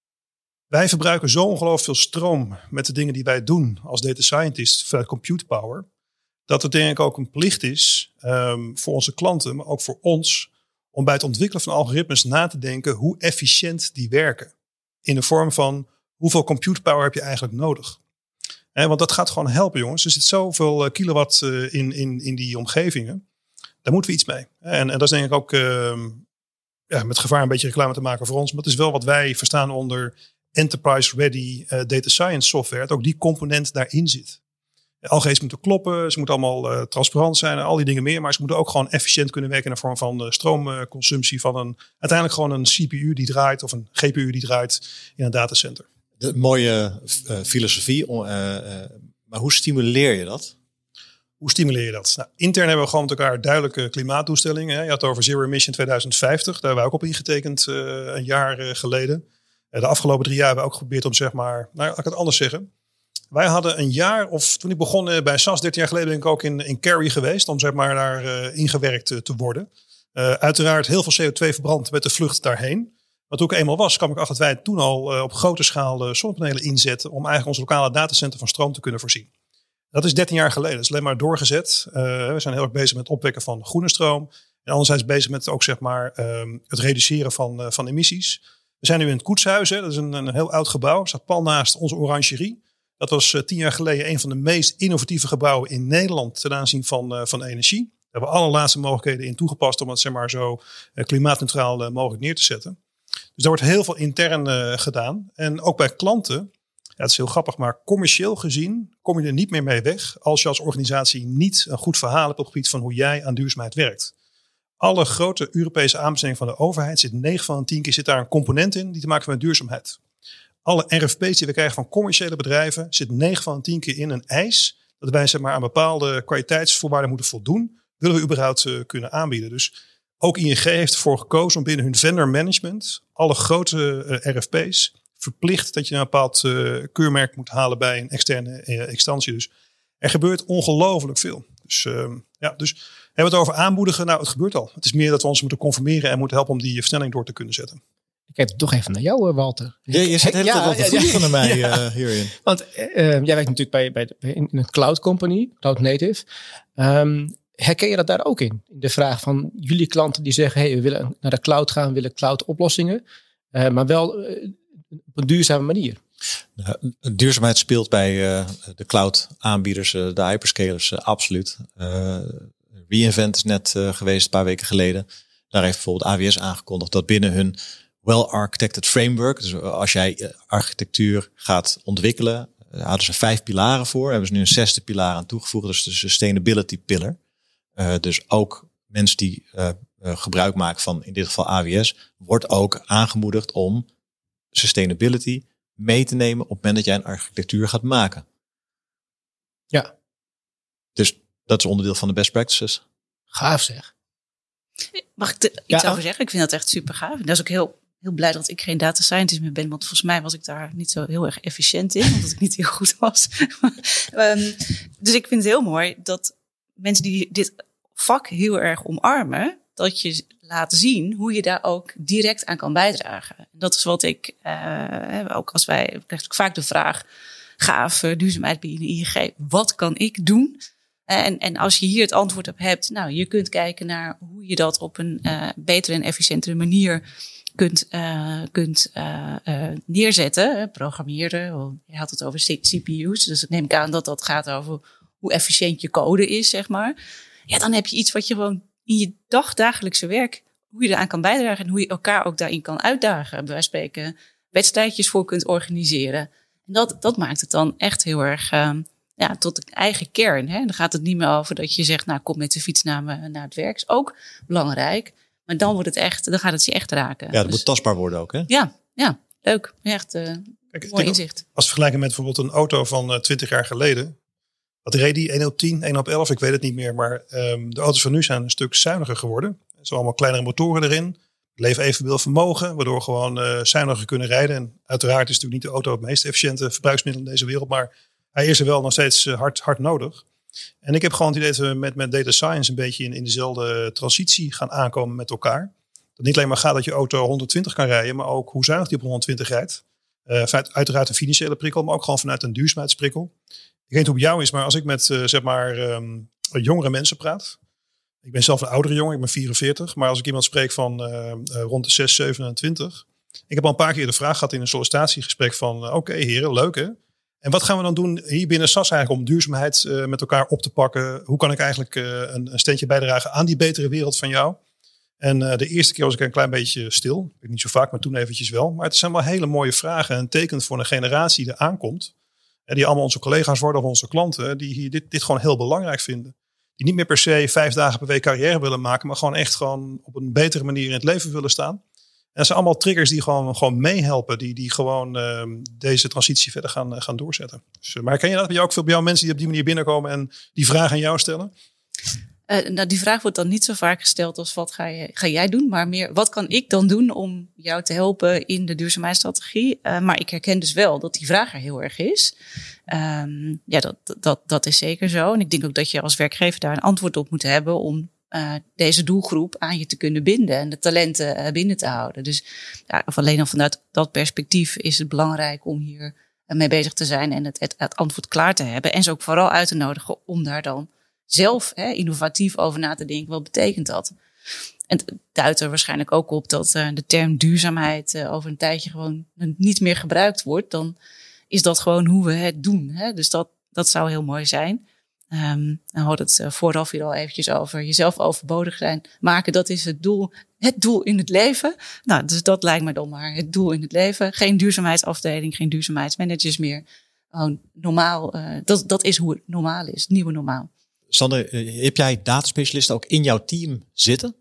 wij verbruiken zo ongelooflijk veel stroom met de dingen die wij doen als data scientist vanuit compute power, dat het denk ik ook een plicht is um, voor onze klanten, maar ook voor ons, om bij het ontwikkelen van algoritmes na te denken hoe efficiënt die werken. In de vorm van hoeveel compute power heb je eigenlijk nodig. He, want dat gaat gewoon helpen, jongens. Er zit zoveel kilowatt uh, in, in, in die omgevingen. Daar moeten we iets mee. En, en dat is denk ik ook uh, ja, met gevaar een beetje reclame te maken voor ons. Maar het is wel wat wij verstaan onder enterprise-ready uh, data science software. Dat ook die component daarin zit. Algoritmes moeten kloppen. Ze moeten allemaal uh, transparant zijn. En al die dingen meer. Maar ze moeten ook gewoon efficiënt kunnen werken in de vorm van uh, stroomconsumptie. Van een, uiteindelijk gewoon een C P U die draait. Of een G P U die draait in een datacenter. De mooie uh, filosofie. Uh, uh, maar hoe stimuleer je dat? Hoe stimuleer je dat? Nou, intern hebben we gewoon met elkaar duidelijke klimaatdoelstellingen. Hè. Je had het over Zero Emission twintig vijftig. Daar hebben we ook op ingetekend uh, een jaar uh, geleden. Uh, de afgelopen drie jaar hebben we ook geprobeerd om zeg maar... Nou, laat ik het anders zeggen. Wij hadden een jaar, of toen ik begon uh, bij S A S dertien jaar geleden ben ik ook in, in Cary geweest. Om zeg maar daar uh, ingewerkt uh, te worden. Uh, uiteraard heel veel C O twee verbrand met de vlucht daarheen. Maar toen ik eenmaal was, kwam ik achter dat wij toen al uh, op grote schaal uh, zonnepanelen inzetten. Om eigenlijk ons lokale datacenter van stroom te kunnen voorzien. Dat is dertien jaar geleden. Dat is alleen maar doorgezet. Uh, we zijn heel erg bezig met het opwekken van groene stroom. En anderzijds bezig met ook zeg maar um, het reduceren van, uh, van emissies. We zijn nu in het Koetshuis. Hè. Dat is een, een heel oud gebouw. Het staat pal naast onze orangerie. Dat was uh, tien jaar geleden een van de meest innovatieve gebouwen in Nederland ten aanzien van, uh, van energie. Daar hebben we allerlaatste mogelijkheden in toegepast om het zeg maar zo uh, klimaatneutraal uh, mogelijk neer te zetten. Dus daar wordt heel veel intern uh, gedaan. En ook bij klanten, ja, het is heel grappig, maar commercieel gezien kom je er niet meer mee weg als je als organisatie niet een goed verhaal hebt op het gebied van hoe jij aan duurzaamheid werkt. Alle grote Europese aanbestedingen van de overheid zit negen van de tien keer zit daar een component in die te maken heeft met duurzaamheid. Alle R F P's die we krijgen van commerciële bedrijven zit negen van de tien keer in een eis dat wij zeg maar aan bepaalde kwaliteitsvoorwaarden moeten voldoen, willen we überhaupt uh, kunnen aanbieden. Dus ook I N G heeft ervoor gekozen om binnen hun vendor management alle grote uh, R F P's verplicht dat je een bepaald uh, keurmerk moet halen bij een externe uh, instantie. Dus er gebeurt ongelooflijk veel. Dus, uh, ja, dus hebben we het over aanmoedigen? Nou, het gebeurt al. Het is meer dat we ons moeten conformeren en moeten helpen om die versnelling door te kunnen zetten. Ik kijk toch even naar jou, Walter. Ja, je zit heel ja, wat te ja, ja. naar mij Ja. uh, hierin. Want uh, jij werkt natuurlijk bij, bij, bij in een cloud company, cloud native. Um, herken je dat daar ook in? In de vraag van jullie klanten die zeggen, hey, we willen naar de cloud gaan, we willen cloud oplossingen. Uh, maar wel uh, op een duurzame manier. Nou, duurzaamheid speelt bij uh, de cloud aanbieders, uh, de hyperscalers, uh, absoluut. Uh, reInvent is net uh, geweest, een paar weken geleden. Daar heeft bijvoorbeeld A W S aangekondigd dat binnen hun well-architected framework, dus als jij uh, architectuur gaat ontwikkelen, uh, hadden ze vijf pilaren voor. Hebben ze nu een zesde pilaar aan toegevoegd, dus de sustainability pillar. Uh, dus ook mensen die uh, uh, gebruik maken van in dit geval A W S, wordt ook aangemoedigd om sustainability mee te nemen op het moment dat jij een architectuur gaat maken. Ja. Dus dat is onderdeel van de best practices. Gaaf zeg. Mag ik er iets Ja. over zeggen? Ik vind dat echt super gaaf. En dat is ook heel, heel blij dat ik geen data scientist meer ben. Want volgens mij was ik daar niet zo heel erg efficiënt in. Omdat ik niet heel goed was. um, dus ik vind het heel mooi dat mensen die dit vak heel erg omarmen, dat je laat zien hoe je daar ook direct aan kan bijdragen. En dat is wat ik, uh, ook als wij, ik krijg ook vaak de vraag, gaaf, uh, duurzaamheid binnen I N G, wat kan ik doen? En, en als je hier het antwoord op hebt, nou, je kunt kijken naar hoe je dat op een uh, betere en efficiëntere manier kunt, uh, kunt uh, uh, neerzetten, uh, programmeren. Je had het over C P U's, dus ik neem ik aan dat dat gaat over hoe efficiënt je code is, zeg maar. Ja, dan heb je iets wat je gewoon in je dagdagelijkse werk, hoe je eraan kan bijdragen en hoe je elkaar ook daarin kan uitdagen. Bij wijze van spreken wedstrijdjes voor kunt organiseren. En dat, dat maakt het dan echt heel erg uh, ja, tot de eigen kern. Hè? Dan gaat het niet meer over dat je zegt, nou, kom met de fiets naar, me, naar het werk. Is ook belangrijk. Maar dan wordt het echt, dan gaat het je echt raken. Ja, dat dus, moet tastbaar worden ook, hè? Ja, ja, leuk. Echt uh, Kijk, mooi inzicht. Als vergelijken met bijvoorbeeld een auto van uh, twintig jaar geleden. Wat reed die? één op tien, één op elf, ik weet het niet meer. Maar um, de auto's van nu zijn een stuk zuiniger geworden. Er zijn allemaal kleinere motoren erin. Leven evenveel vermogen, waardoor we gewoon uh, zuiniger kunnen rijden. En uiteraard is natuurlijk niet de auto het meest efficiënte verbruiksmiddel in deze wereld. Maar hij is er wel nog steeds uh, hard, hard nodig. En ik heb gewoon het idee dat we met, met data science een beetje in, in dezelfde transitie gaan aankomen met elkaar. Dat niet alleen maar gaat dat je auto honderdtwintig kan rijden, maar ook hoe zuinig die op honderdtwintig rijdt. Uh, vanuit uiteraard een financiële prikkel, maar ook gewoon vanuit een duurzaamheidsprikkel. Ik weet niet hoe het bij jou is, maar als ik met uh, zeg maar um, jongere mensen praat. Ik ben zelf een oudere jongen, ik ben vierenveertig. Maar als ik iemand spreek van uh, uh, rond de zes, zevenentwintig. Ik heb al een paar keer de vraag gehad in een sollicitatiegesprek van uh, oké okay, heren, leuk hè. En wat gaan we dan doen hier binnen S A S eigenlijk om duurzaamheid uh, met elkaar op te pakken? Hoe kan ik eigenlijk uh, een, een steentje bijdragen aan die betere wereld van jou? En uh, de eerste keer was ik een klein beetje stil. Ik niet zo vaak, maar toen eventjes wel. Maar het zijn wel hele mooie vragen en tekent voor een generatie die er aankomt. En die allemaal onze collega's worden of onze klanten. Die hier dit, dit gewoon heel belangrijk vinden. Die niet meer per se vijf dagen per week carrière willen maken. Maar gewoon echt gewoon op een betere manier in het leven willen staan. En dat zijn allemaal triggers die gewoon, gewoon meehelpen. Die, die gewoon uh, deze transitie verder gaan, uh, gaan doorzetten. Dus, uh, maar ken je dat? Heb je ook veel bij jou mensen die op die manier binnenkomen en die vragen aan jou stellen? Uh, nou, die vraag wordt dan niet zo vaak gesteld als wat ga, je, ga jij doen? Maar meer, wat kan ik dan doen om jou te helpen in de duurzaamheidsstrategie? Uh, maar ik herken dus wel dat die vraag er heel erg is. Um, ja, dat, dat, dat is zeker zo. En ik denk ook dat je als werkgever daar een antwoord op moet hebben om uh, deze doelgroep aan je te kunnen binden en de talenten uh, binnen te houden. Dus ja, of alleen al vanuit dat perspectief is het belangrijk om hier uh, mee bezig te zijn en het, het, het antwoord klaar te hebben. En ze ook vooral uit te nodigen om daar dan zelf hè, innovatief over na te denken. Wat betekent dat? En het duidt er waarschijnlijk ook op dat uh, de term duurzaamheid uh, over een tijdje gewoon niet meer gebruikt wordt. Dan is dat gewoon hoe we het doen. Hè? Dus dat, dat zou heel mooi zijn. Um, we hadden het uh, vooraf hier al eventjes over jezelf overbodig zijn maken. Dat is het doel, het doel in het leven. Nou, dus dat lijkt me dan maar het doel in het leven. Geen duurzaamheidsafdeling, geen duurzaamheidsmanagers meer. Gewoon normaal, uh, dat, dat is hoe het normaal is, het nieuwe normaal. Sander, heb jij dataspecialisten ook in jouw team zitten?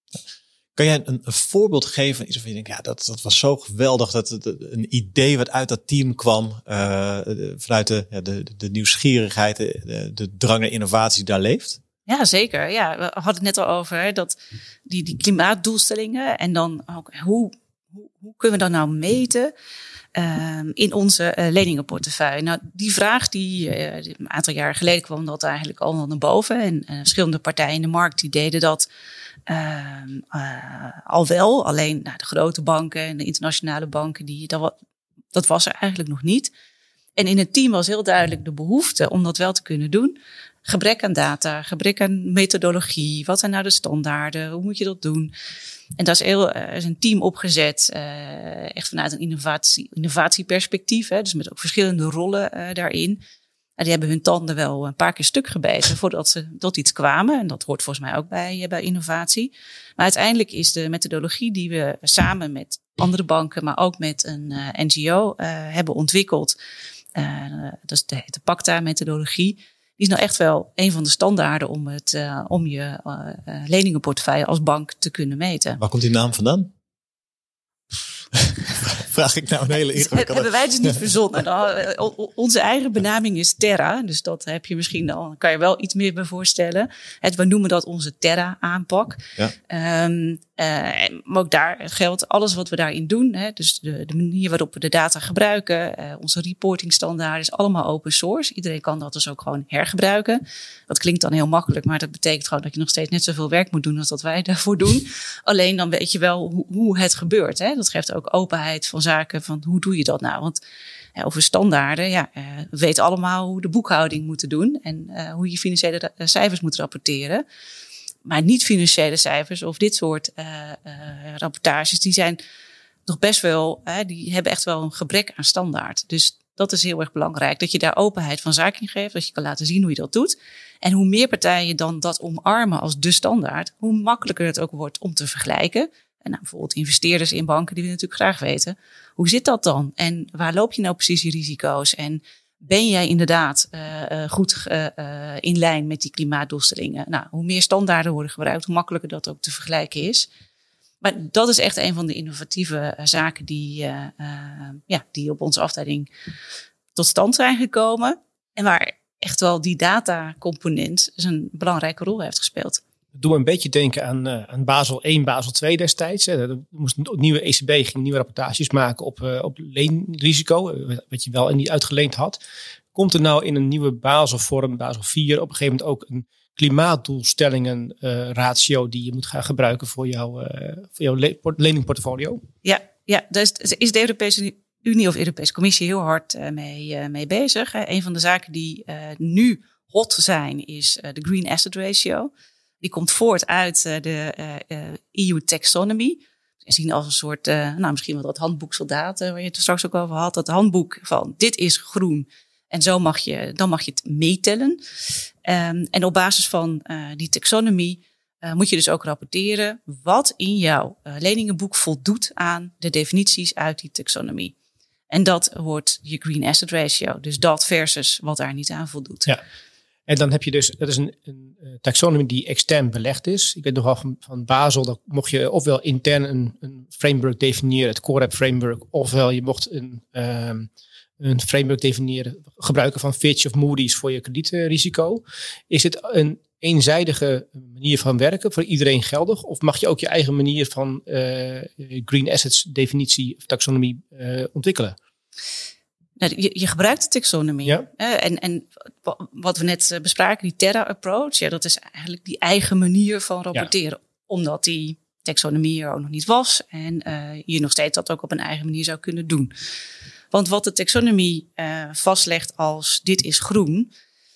Kan jij een, een voorbeeld geven van iets waarvan je denkt, ja, dat, dat was zo geweldig, dat, dat een idee wat uit dat team kwam, uh, vanuit de, ja, de, de nieuwsgierigheid, de, de drang naar innovatie die daar leeft? Ja, zeker. Ja, we hadden het net al over hè, dat die, die klimaatdoelstellingen en dan ook hoe, hoe, hoe kunnen we dat nou meten? Um, in onze uh, leningenportefeuille. Nou, die vraag die uh, een aantal jaar geleden kwam dat eigenlijk allemaal naar boven. En uh, verschillende partijen in de markt die deden dat uh, uh, al wel. Alleen nou, de grote banken en de internationale banken, die, dat, wa- dat was er eigenlijk nog niet. En in het team was heel duidelijk de behoefte om dat wel te kunnen doen. Gebrek aan data, gebrek aan methodologie. Wat zijn nou de standaarden? Hoe moet je dat doen? En daar is, heel, uh, is een team opgezet, uh, echt vanuit een innovatie, innovatieperspectief. Hè, dus met ook verschillende rollen uh, daarin. Uh, die hebben hun tanden wel een paar keer stuk gebeten voordat ze tot iets kwamen. En dat hoort volgens mij ook bij, uh, bij innovatie. Maar uiteindelijk is de methodologie die we samen met andere banken, maar ook met een uh, N G O uh, hebben ontwikkeld. Uh, dat is de, de PACTA-methodologie. Die is nou echt wel een van de standaarden om, het, uh, om je uh, uh, leningenportefeuille als bank te kunnen meten. Waar komt die naam vandaan? Vraag ik nou een hele ingewikkelde. Hebben wij dus niet verzonnen. Nou, onze eigen benaming is Terra. Dus dat heb je misschien al, kan je wel iets meer bij voorstellen. Het, we noemen dat onze Terra-aanpak. Ja. Um, uh, maar ook daar geldt alles wat we daarin doen. Hè, dus de, de manier waarop we de data gebruiken. Uh, onze reportingstandaarden is allemaal open source. Iedereen kan dat dus ook gewoon hergebruiken. Dat klinkt dan heel makkelijk. Maar dat betekent gewoon dat je nog steeds net zoveel werk moet doen als dat wij daarvoor doen. Alleen dan weet je wel hoe, hoe het gebeurt. Hè. Dat geeft ook openheid van zaken van hoe doe je dat nou? Want ja, over standaarden, ja, uh, we weten allemaal hoe de boekhouding moeten doen en uh, hoe je financiële ra- cijfers moet rapporteren. Maar niet financiële cijfers of dit soort uh, uh, rapportages, die zijn nog best wel, uh, die hebben echt wel een gebrek aan standaard. Dus dat is heel erg belangrijk, dat je daar openheid van zaken in geeft, dat je kan laten zien hoe je dat doet. En hoe meer partijen dan dat omarmen als de standaard, hoe makkelijker het ook wordt om te vergelijken. En nou, bijvoorbeeld investeerders in banken, die willen natuurlijk graag weten, hoe zit dat dan? En waar loop je nou precies die risico's? En ben jij inderdaad uh, uh, goed uh, uh, in lijn met die klimaatdoelstellingen? Nou, hoe meer standaarden worden gebruikt, hoe makkelijker dat ook te vergelijken is. Maar dat is echt een van de innovatieve uh, zaken die, uh, uh, ja, die op onze afdeling tot stand zijn gekomen. En waar echt wel die datacomponent dus een belangrijke rol heeft gespeeld. Dat doet me een beetje denken aan, uh, aan Basel één, Basel twee destijds. Hè. Er moest een nieuwe E C B ging nieuwe rapportages maken op, uh, op leenrisico, uh, wat je wel en niet uitgeleend had. Komt er nou in een nieuwe Basel-vorm, Basel vier, op een gegeven moment ook een klimaatdoelstellingen uh, ratio die je moet gaan gebruiken voor, jou, uh, voor jouw le- leningportfolio? Ja, ja, daar is, is de Europese Unie of de Europese Commissie heel hard uh, mee, uh, mee bezig. Hè. Een van de zaken die uh, nu hot zijn is uh, de Green Asset Ratio. Die komt voort uit uh, de uh, uh, E U Taxonomy. We zien als een soort, uh, nou misschien wel dat handboek soldaten waar je het er straks ook over had. Dat handboek van dit is groen en zo mag je, dan mag je het meetellen. Um, en op basis van uh, die taxonomy uh, moet je dus ook rapporteren wat in jouw uh, leningenboek voldoet aan de definities uit die taxonomy. En dat wordt je Green Asset Ratio. Dus dat versus wat daar niet aan voldoet. Ja. En dan heb je dus, dat is een, een taxonomie die extern belegd is. Ik weet nogal van, van Basel, dat mocht je ofwel intern een, een framework definiëren, het Core App Framework, ofwel je mocht een, um, een framework definiëren, gebruiken van Fitch of Moody's voor je kredietrisico. Is het een eenzijdige manier van werken, voor iedereen geldig? Of mag je ook je eigen manier van uh, green assets definitie of taxonomie uh, ontwikkelen? Nou, je, je gebruikt de taxonomie. Ja. Uh, en, en wat we net bespraken, die Terra-approach, ja, dat is eigenlijk die eigen manier van rapporteren. Ja. Omdat die taxonomie er ook nog niet was en uh, je nog steeds dat ook op een eigen manier zou kunnen doen. Want wat de taxonomie uh, vastlegt als dit is groen,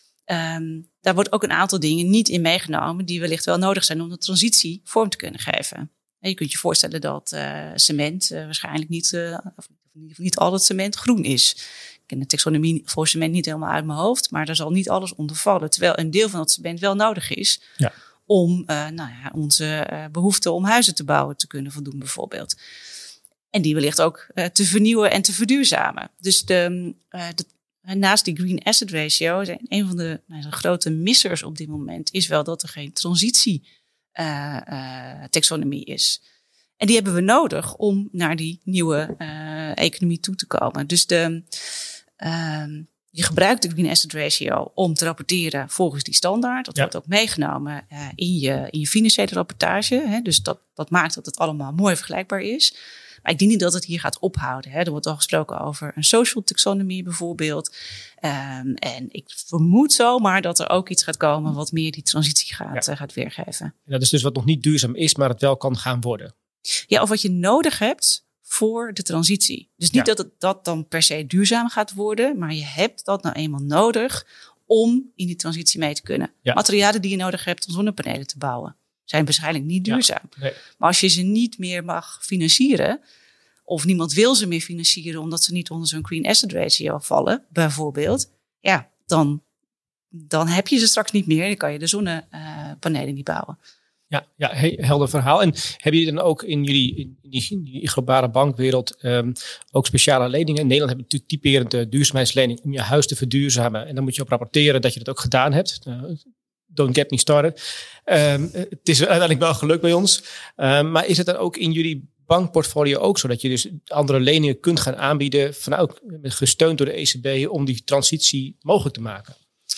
um, daar wordt ook een aantal dingen niet in meegenomen die wellicht wel nodig zijn om de transitie vorm te kunnen geven. En je kunt je voorstellen dat uh, cement uh, waarschijnlijk niet, uh, of in ieder geval niet al het cement groen is. Ik ken de taxonomie voor cement niet helemaal uit mijn hoofd, maar daar zal niet alles onder vallen. Terwijl een deel van dat cement wel nodig is ja. om uh, nou ja, onze uh, behoefte om huizen te bouwen te kunnen voldoen bijvoorbeeld. En die wellicht ook uh, te vernieuwen en te verduurzamen. Dus de, uh, de, naast die Green Asset Ratio, een van de, nou, de grote missers op dit moment is wel dat er geen transitie uh, uh, taxonomie is. En die hebben we nodig om naar die nieuwe uh, economie toe te komen. Dus de, uh, je gebruikt de Green Asset Ratio om te rapporteren volgens die standaard. Dat ja. wordt ook meegenomen uh, in, je, in je financiële rapportage. Hè? Dus dat, dat maakt dat het allemaal mooi vergelijkbaar is. Maar ik denk niet dat het hier gaat ophouden. Hè. Er wordt al gesproken over een social taxonomy bijvoorbeeld. Um, en ik vermoed zomaar dat er ook iets gaat komen wat meer die transitie gaat, ja. uh, gaat weergeven. En dat is dus wat nog niet duurzaam is, maar het wel kan gaan worden. Ja, of wat je nodig hebt voor de transitie. Dus niet ja. dat het dat dan per se duurzaam gaat worden, maar je hebt dat nou eenmaal nodig om in die transitie mee te kunnen. Ja. Materialen die je nodig hebt om zonnepanelen te bouwen zijn waarschijnlijk niet duurzaam. Ja, nee. Maar als je ze niet meer mag financieren, of niemand wil ze meer financieren omdat ze niet onder zo'n green asset ratio vallen, bijvoorbeeld, ja, dan, dan heb je ze straks niet meer. Dan kan je de zonnepanelen uh, niet bouwen. Ja, ja, helder verhaal. En hebben jullie dan ook in jullie in die, in die globale bankwereld um, ook speciale leningen? In Nederland hebben we natuurlijk typerend de duurzaamheidslening om je huis te verduurzamen. En dan moet je op rapporteren dat je dat ook gedaan hebt. Uh, don't get me started. Um, het is uiteindelijk wel gelukt bij ons. Um, maar is het dan ook in jullie bankportfolio ook zo dat je dus andere leningen kunt gaan aanbieden, vanuit gesteund door de E C B om die transitie mogelijk te maken?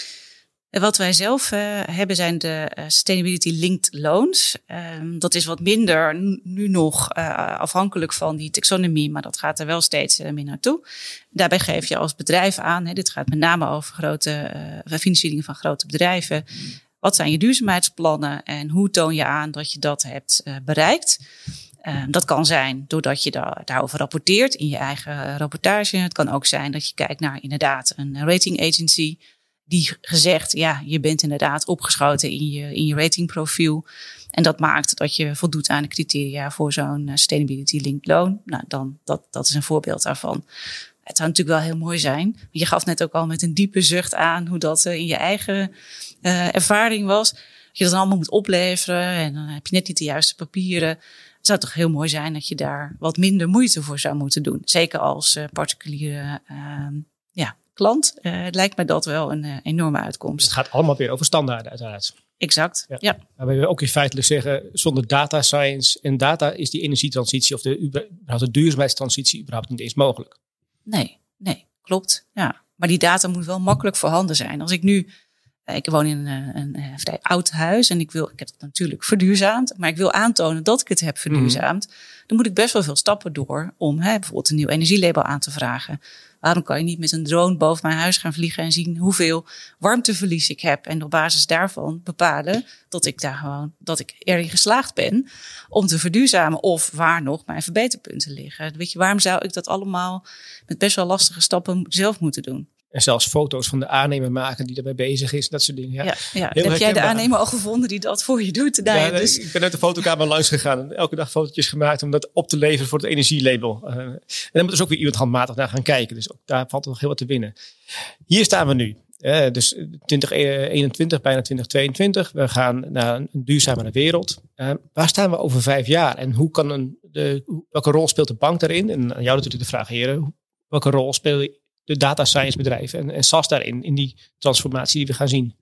Wat wij zelf uh, hebben zijn de uh, Sustainability Linked Loans. Um, dat is wat minder n- nu nog uh, afhankelijk van die taxonomie, maar dat gaat er wel steeds uh, meer naartoe. Daarbij geef je als bedrijf aan, hè, dit gaat met name over grote uh, financiering van grote bedrijven. Wat zijn je duurzaamheidsplannen en hoe toon je aan dat je dat hebt uh, bereikt? Uh, dat kan zijn doordat je da- daarover rapporteert in je eigen rapportage. Het kan ook zijn dat je kijkt naar inderdaad een rating agency die gezegd, ja, je bent inderdaad opgeschoten in je, in je ratingprofiel. En dat maakt dat je voldoet aan de criteria voor zo'n uh, sustainability linked loan. Nou, dan, dat, dat is een voorbeeld daarvan. Het zou natuurlijk wel heel mooi zijn. Je gaf net ook al met een diepe zucht aan hoe dat uh, in je eigen uh, ervaring was. Dat je dat allemaal moet opleveren en dan heb je net niet de juiste papieren. Het zou toch heel mooi zijn dat je daar wat minder moeite voor zou moeten doen. Zeker als uh, particuliere uh, ja, klant. Uh, het lijkt me dat wel een uh, enorme uitkomst. Het gaat allemaal weer over standaarden uiteraard. Exact, ja. ja. Maar we willen ook in feitelijk zeggen, zonder data science en data is die energietransitie of de, überhaupt de duurzaamheidstransitie überhaupt niet eens mogelijk. Nee, nee, klopt. Ja. Maar die data moet wel makkelijk voorhanden zijn. Als ik nu, ik woon in een, een, een vrij oud huis en ik wil, ik heb het natuurlijk verduurzaamd, maar ik wil aantonen dat ik het heb verduurzaamd, mm. dan moet ik best wel veel stappen door om hè, bijvoorbeeld een nieuw energielabel aan te vragen. Waarom kan je niet met een drone boven mijn huis gaan vliegen en zien hoeveel warmteverlies ik heb en op basis daarvan bepalen dat ik daar gewoon, dat ik erin geslaagd ben om te verduurzamen of waar nog mijn verbeterpunten liggen. Weet je, waarom zou ik dat allemaal met best wel lastige stappen zelf moeten doen? En zelfs foto's van de aannemer maken die ermee bezig is. Dat soort dingen. Ja, ja, ja. Heb jij de aannemer al gevonden die dat voor je doet? Ja, ja, dus... Ik ben uit de fotokamer langs gegaan. En elke dag fotootjes gemaakt om dat op te leveren voor het energielabel. Uh, en dan moet dus ook weer iemand handmatig naar gaan kijken. Dus ook daar valt er nog heel wat te winnen. Hier staan we nu. Uh, dus twintig eenentwintig, bijna twintig tweeëntwintig. We gaan naar een duurzamere wereld. Uh, waar staan we over vijf jaar? En hoe kan een, de, welke rol speelt de bank daarin? En aan jou natuurlijk de vraag, heren. Welke rol speel de data science bedrijven en, en S A S daarin, in die transformatie die we gaan zien?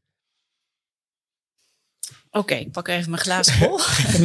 Oké, okay, ik pak even mijn glazen bol.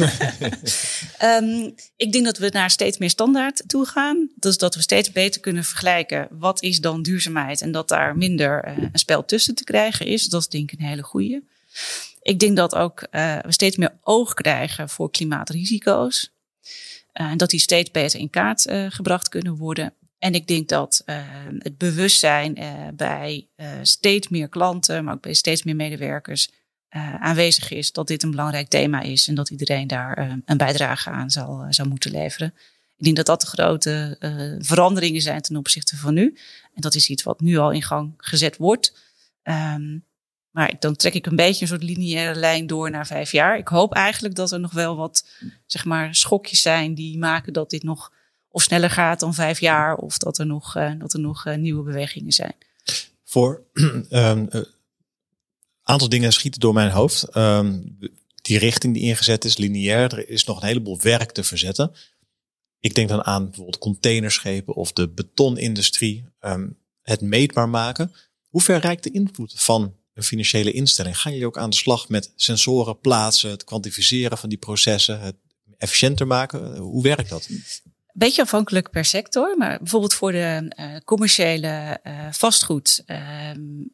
um, ik denk dat we naar steeds meer standaard toe gaan. Dus dat we steeds beter kunnen vergelijken wat is dan duurzaamheid en dat daar minder uh, een spel tussen te krijgen is. Dat is denk ik een hele goeie. Ik denk dat ook uh, we steeds meer oog krijgen voor klimaatrisico's. En uh, dat die steeds beter in kaart uh, gebracht kunnen worden. En ik denk dat uh, het bewustzijn uh, bij uh, steeds meer klanten, maar ook bij steeds meer medewerkers uh, aanwezig is dat dit een belangrijk thema is en dat iedereen daar uh, een bijdrage aan zal, uh, zal moeten leveren. Ik denk dat dat de grote uh, veranderingen zijn ten opzichte van nu. En dat is iets wat nu al in gang gezet wordt. Um, maar dan trek ik een beetje een soort lineaire lijn door naar vijf jaar. Ik hoop eigenlijk dat er nog wel wat zeg maar, schokjes zijn die maken dat dit nog of sneller gaat dan vijf jaar, of dat er nog, uh, dat er nog uh, nieuwe bewegingen zijn. Voor een um, uh, aantal dingen schieten door mijn hoofd. Um, die richting die ingezet is, lineair, er is nog een heleboel werk te verzetten. Ik denk dan aan bijvoorbeeld containerschepen of de betonindustrie. Um, het meetbaar maken. Hoe ver reikt de invloed van een financiële instelling? Gaan jullie ook aan de slag met sensoren plaatsen, het kwantificeren van die processen, het efficiënter maken? Hoe werkt dat? Beetje afhankelijk per sector, maar bijvoorbeeld voor de uh, commerciële uh, vastgoed uh,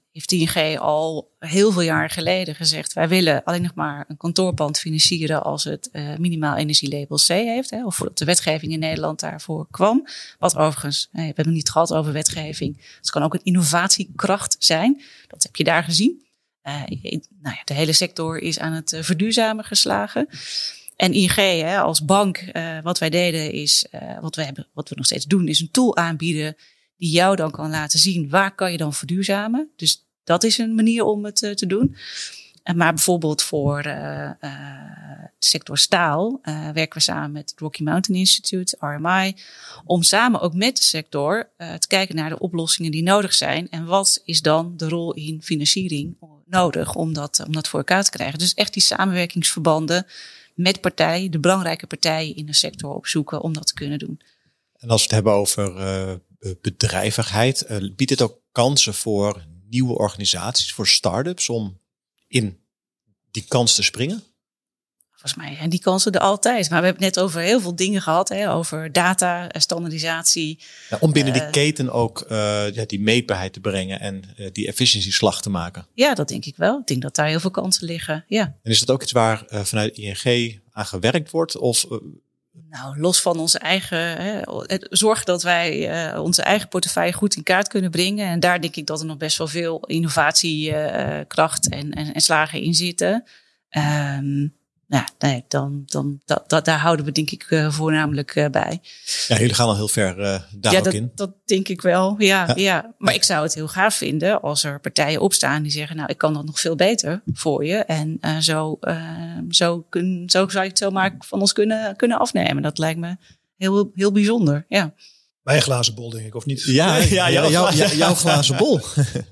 heeft I N G al heel veel jaar geleden gezegd, wij willen alleen nog maar een kantoorpand financieren als het uh, minimaal energielabel C heeft. Hè, of voordat de wetgeving in Nederland daarvoor kwam. Wat overigens, we hebben het niet gehad over wetgeving. Het kan ook een innovatiekracht zijn. Dat heb je daar gezien. Uh, nou ja, de hele sector is aan het uh, verduurzamen geslagen. En I N G hè, als bank, uh, wat wij deden is, uh, wat, we hebben, wat we nog steeds doen, is een tool aanbieden die jou dan kan laten zien waar kan je dan verduurzamen. Dus dat is een manier om het uh, te doen. Uh, maar bijvoorbeeld voor uh, uh, de sector staal uh, werken we samen met het Rocky Mountain Institute, R M I, om samen ook met de sector uh, te kijken naar de oplossingen die nodig zijn. En wat is dan de rol in financiering nodig om dat, om dat voor elkaar te krijgen. Dus echt die samenwerkingsverbanden met partijen, de belangrijke partijen in de sector opzoeken om dat te kunnen doen. En als we het hebben over uh, bedrijvigheid, uh, biedt het ook kansen voor nieuwe organisaties, voor start-ups om in die kans te springen? Volgens mij zijn die kansen er altijd. Maar we hebben het net over heel veel dingen gehad. Hè, over data, standaardisatie. Ja, om binnen uh, die keten ook uh, ja, die meetbaarheid te brengen en uh, die efficiëntieslag te maken. Ja, dat denk ik wel. Ik denk dat daar heel veel kansen liggen. Ja. En is dat ook iets waar uh, vanuit I N G aan gewerkt wordt? Of, uh, Nou, los van onze eigen, hè, zorg dat wij uh, onze eigen portefeuille goed in kaart kunnen brengen. En daar denk ik dat er nog best wel veel innovatiekracht uh, en, en, en slagen in zitten. Um, nou, nee, dan, dan, dat, dat, daar houden we denk ik uh, voornamelijk uh, bij. Ja, jullie gaan al heel ver uh, daar ja, ook dat, in. dat denk ik wel, ja, ja. ja. Maar ik zou het heel gaaf vinden als er partijen opstaan die zeggen, nou, ik kan dat nog veel beter voor je. En uh, zo, uh, zo, kun, zo zou je het zomaar van ons kunnen, kunnen afnemen. Dat lijkt me heel, heel bijzonder, ja. Mijn glazen bol, denk ik, of niet? Ja, ja, ja, jou, jou, jouw glazen bol.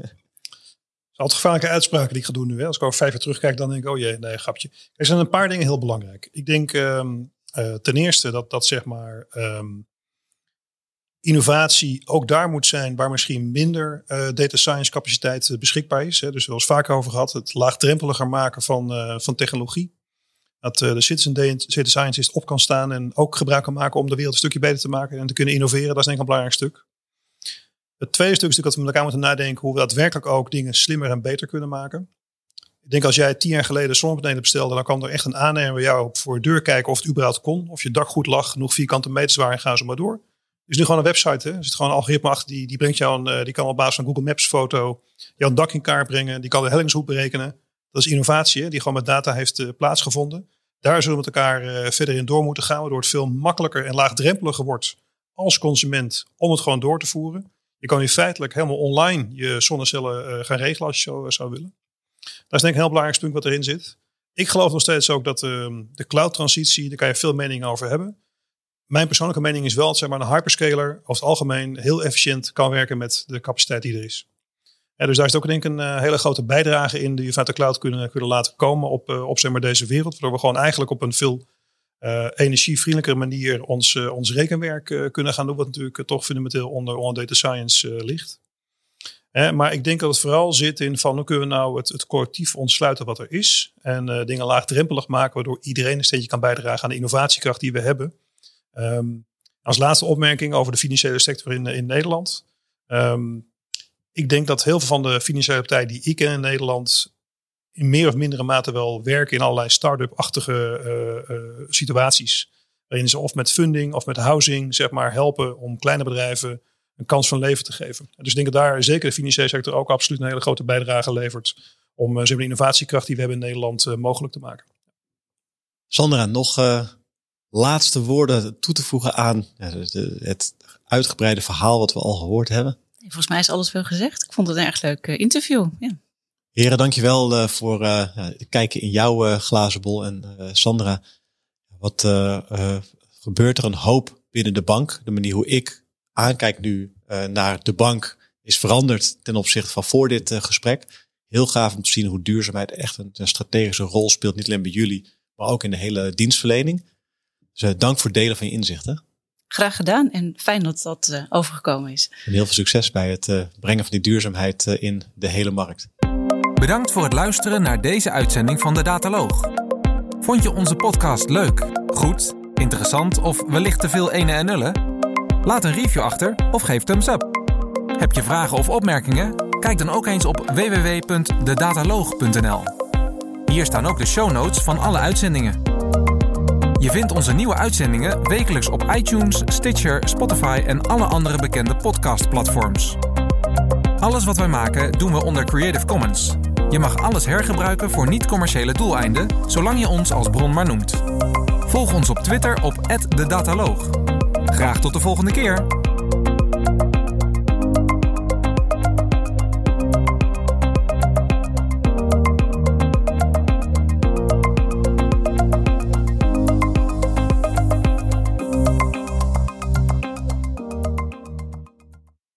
Het is altijd gevaarlijke uitspraken die ik ga doen nu. Hè. Als ik over vijf jaar terugkijk, dan denk ik, oh jee, nee, grapje. Er zijn een paar dingen heel belangrijk. Ik denk um, uh, ten eerste dat, dat zeg maar um, innovatie ook daar moet zijn waar misschien minder uh, data science capaciteit uh, beschikbaar is. Hè. Dus we hebben het vaker over gehad. Het laagdrempeliger maken van, uh, van technologie. Dat uh, de citizen data scientist op kan staan en ook gebruik kan maken om de wereld een stukje beter te maken en te kunnen innoveren. Dat is denk ik een belangrijk stuk. Het tweede stuk is natuurlijk dat we met elkaar moeten nadenken hoe we daadwerkelijk ook dingen slimmer en beter kunnen maken. Ik denk als jij tien jaar geleden zonnepanelen bestelde, dan kwam er echt een aannemer bij jou voor de deur kijken of het überhaupt kon. Of je dak goed lag, genoeg vierkante meters waren en gaan ze maar door. Dus nu gewoon een website. Hè. Er zit gewoon een algoritme achter, die, die brengt jou een, die kan op basis van Google Maps foto jouw dak in kaart brengen. Die kan de hellingshoek berekenen. Dat is innovatie, hè, die gewoon met data heeft uh, plaatsgevonden. Daar zullen we met elkaar uh, verder in door moeten gaan, waardoor het veel makkelijker en laagdrempeliger wordt als consument om het gewoon door te voeren. Je kan nu feitelijk helemaal online je zonnecellen uh, gaan regelen als je zo uh, zou willen. Dat is denk ik een heel belangrijk punt wat erin zit. Ik geloof nog steeds ook dat uh, de cloud transitie, daar kan je veel meningen over hebben. Mijn persoonlijke mening is wel dat zeg maar, een hyperscaler over het algemeen heel efficiënt kan werken met de capaciteit die er is. Ja, dus daar is ook denk ik een uh, hele grote bijdrage in die we vanuit de cloud kunnen, kunnen laten komen op, uh, op zeg maar, deze wereld. Waardoor we gewoon eigenlijk op een veel uh, energievriendelijkere manier ons, uh, ons rekenwerk uh, kunnen gaan doen. Wat natuurlijk uh, toch fundamenteel onder, onder data science uh, ligt. Eh, maar ik denk dat het vooral zit in van hoe kunnen we nou het, het collectief ontsluiten wat er is. En uh, dingen laagdrempelig maken waardoor iedereen een steentje kan bijdragen aan de innovatiekracht die we hebben. Um, als laatste opmerking over de financiële sector in, in Nederland. Um, ik denk dat heel veel van de financiële partijen die ik ken in Nederland in meer of mindere mate wel werken in allerlei start-up-achtige uh, uh, situaties. Waarin ze of met funding of met housing zeg maar, helpen om kleine bedrijven een kans van leven te geven. Dus ik denk dat daar zeker de financiële sector ook absoluut een hele grote bijdrage levert om uh, zeg maar, de innovatiekracht die we hebben in Nederland uh, mogelijk te maken. Sandra, nog uh, laatste woorden toe te voegen aan uh, de, de, het uitgebreide verhaal wat we al gehoord hebben. Volgens mij is alles wel gezegd. Ik vond het een erg leuk uh, interview. Ja. Heren, dankjewel uh, voor uh, kijken in jouw uh, glazen bol. En uh, Sandra, wat uh, uh, gebeurt er een hoop binnen de bank? De manier hoe ik aankijk nu uh, naar de bank is veranderd ten opzichte van voor dit uh, gesprek. Heel gaaf om te zien hoe duurzaamheid echt een, een strategische rol speelt. Niet alleen bij jullie, maar ook in de hele dienstverlening. Dus uh, dank voor het delen van je inzichten. Graag gedaan en fijn dat dat uh, overgekomen is. En heel veel succes bij het uh, brengen van die duurzaamheid uh, in de hele markt. Bedankt voor het luisteren naar deze uitzending van de Dataloog. Vond je onze podcast leuk, goed, interessant of wellicht te veel enen en nullen? Laat een review achter of geef thumbs up. Heb je vragen of opmerkingen? Kijk dan ook eens op w w w punt de dataloog punt n l. Hier staan ook de show notes van alle uitzendingen. Je vindt onze nieuwe uitzendingen wekelijks op iTunes, Stitcher, Spotify en alle andere bekende podcastplatforms. Alles wat wij maken doen we onder Creative Commons. Je mag alles hergebruiken voor niet-commerciële doeleinden, zolang je ons als bron maar noemt. Volg ons op Twitter op at de dataloog. Graag tot de volgende keer!